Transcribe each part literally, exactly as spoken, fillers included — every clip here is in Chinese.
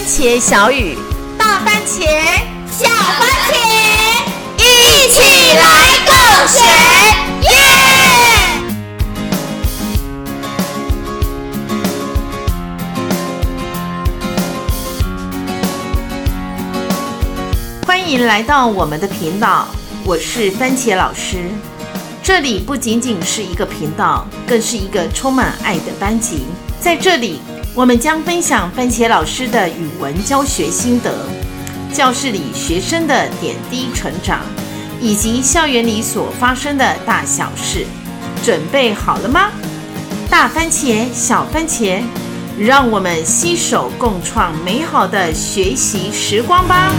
茄小语， 大番茄，小番茄，一起来共学，耶！ 欢迎来到我们的频道，我是番茄老师。这里不仅仅是一个频道，更是一个充满爱的班级。在这里，我们将分享番茄老师的语文教学心得，教室里学生的点滴成长，以及校园里所发生的大小事。准备好了吗？大番茄，小番茄，让我们携手共创美好的学习时光吧。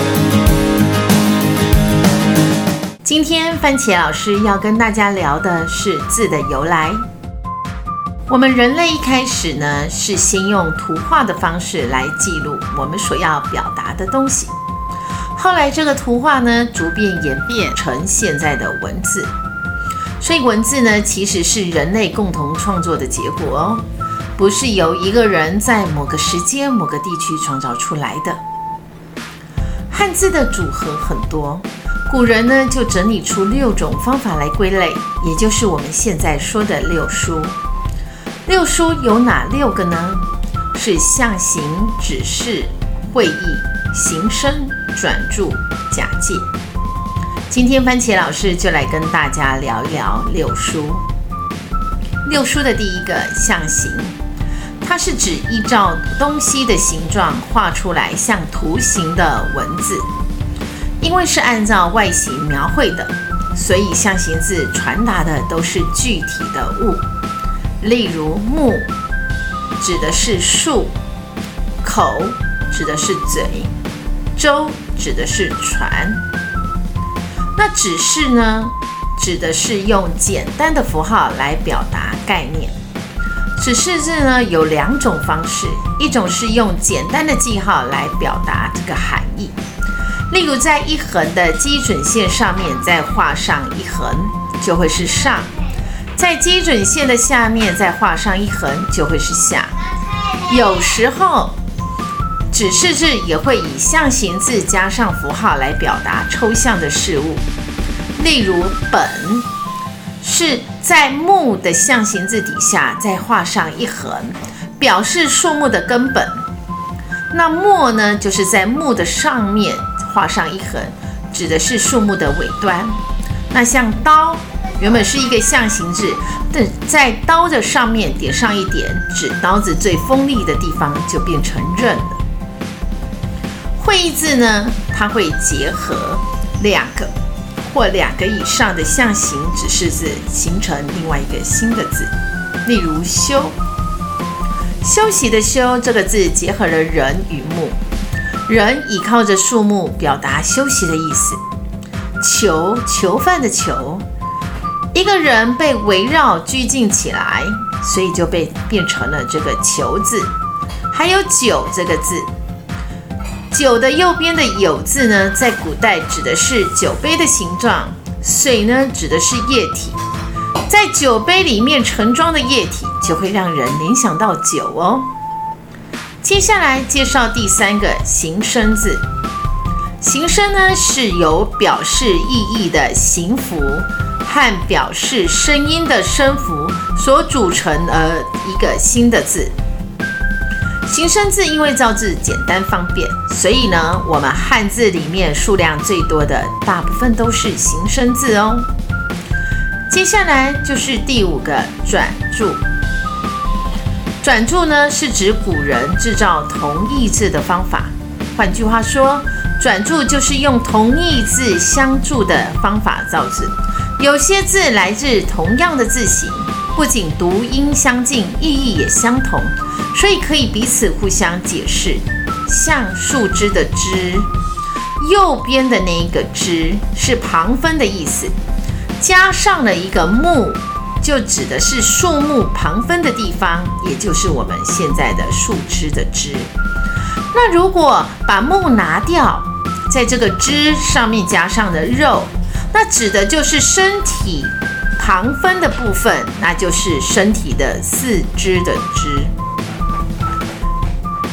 今天番茄老师要跟大家聊的是字的由来。我们人类一开始呢，是先用图画的方式来记录我们所要表达的东西。后来这个图画呢，逐渐演变成现在的文字。所以文字呢，其实是人类共同创作的结果哦，不是由一个人在某个时间、某个地区创造出来的。汉字的组合很多，古人呢就整理出六种方法来归类，也就是我们现在说的六书。六书有哪六个呢？是象形、指示、会意、形声、转注、假借。今天番茄老师就来跟大家聊一聊六书。六书的第一个象形，它是指依照东西的形状画出来像图形的文字。因为是按照外形描绘的，所以象形字传达的都是具体的物。例如目指的是树，口指的是嘴，舟指的是船。那指示呢，指的是用简单的符号来表达概念。指示字呢有两种方式，一种是用简单的记号来表达这个含义。例如在一横的基准线上面再画上一横，就会是上；在基准线的下面再画上一横，就会是下。有时候指示字也会以象形字加上符号来表达抽象的事物。例如本是在木的象形字底下再画上一横，表示树木的根本。那末呢，就是在木的上面画上一横，指的是树木的尾端。那像刀，原本是一个象形字，但在刀的上面点上一点，指刀子最锋利的地方，就变成刃了。会意字呢，它会结合两个或两个以上的象形指示字，形成另外一个新的字。例如休，休息的休这个字结合了人与木，人倚靠着树木表达休息的意思。囚，囚犯的囚，一个人被围绕拘禁起来，所以就被变成了这个囚字。还有酒这个字，酒的右边的酉字呢，在古代指的是酒杯的形状，水呢指的是液体，在酒杯里面盛装的液体就会让人联想到酒哦。接下来介绍第三个形声字。形声呢，是由表示意义的形符和表示声音的声符所组成的一个新的字。形声字因为造字简单方便，所以呢，我们汉字里面数量最多的大部分都是形声字哦。接下来就是第五个转注。转注呢，是指古人制造同义字的方法。换句话说，转注就是用同义字相注的方法造字。有些字来自同样的字形，不仅读音相近，意义也相同，所以可以彼此互相解释。像树枝的枝，右边的那一个枝是旁分的意思，加上了一个木，就指的是树木旁分的地方，也就是我们现在的树枝的枝。那如果把木拿掉，在这个枝上面加上了肉，那指的就是身体旁分的部分，那就是身体的四肢的肢。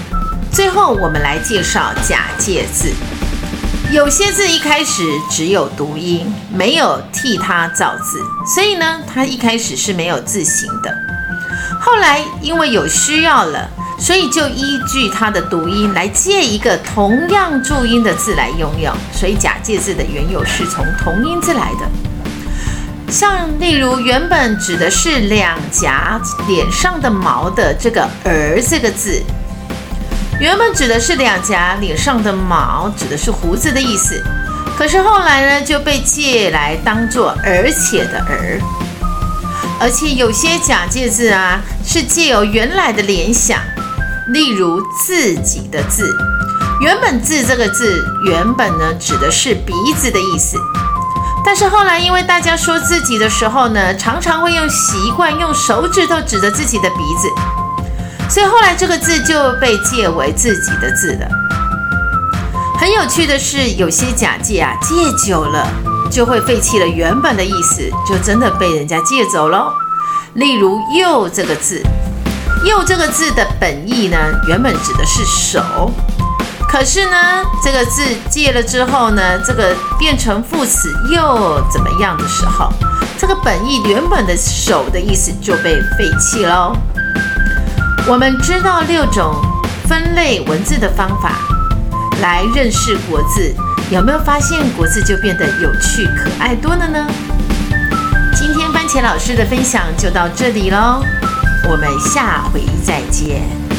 最后我们来介绍假借字。有些字一开始只有读音，没有替它造字，所以呢，它一开始是没有字形的。后来因为有需要了，所以就依据它的读音来借一个同样注音的字来用用，所以假借字的缘由是从同音字来的。像例如原本指的是两颊脸上的毛的这个儿这个字，原本指的是两颊脸上的毛，指的是胡子的意思，可是后来呢就被借来当作而且的而。而且有些假借字啊是借由原来的联想，例如自己的字，原本自这个字原本呢指的是鼻子的意思，但是后来因为大家说自己的时候呢，常常会用习惯用手指头指着自己的鼻子，所以后来这个字就被借为自己的字了。很有趣的是，有些假借啊借久了就会废弃了原本的意思，就真的被人家借走咯。例如右这个字，右这个字的本意呢原本指的是手，可是呢这个字借了之后呢，这个变成副词又怎么样的时候，这个本意原本的手的意思就被废弃咯。我们知道六种分类文字的方法来认识国字，有没有发现国字就变得有趣可爱多了呢？今天番茄老师的分享就到这里咯，我们下回再见。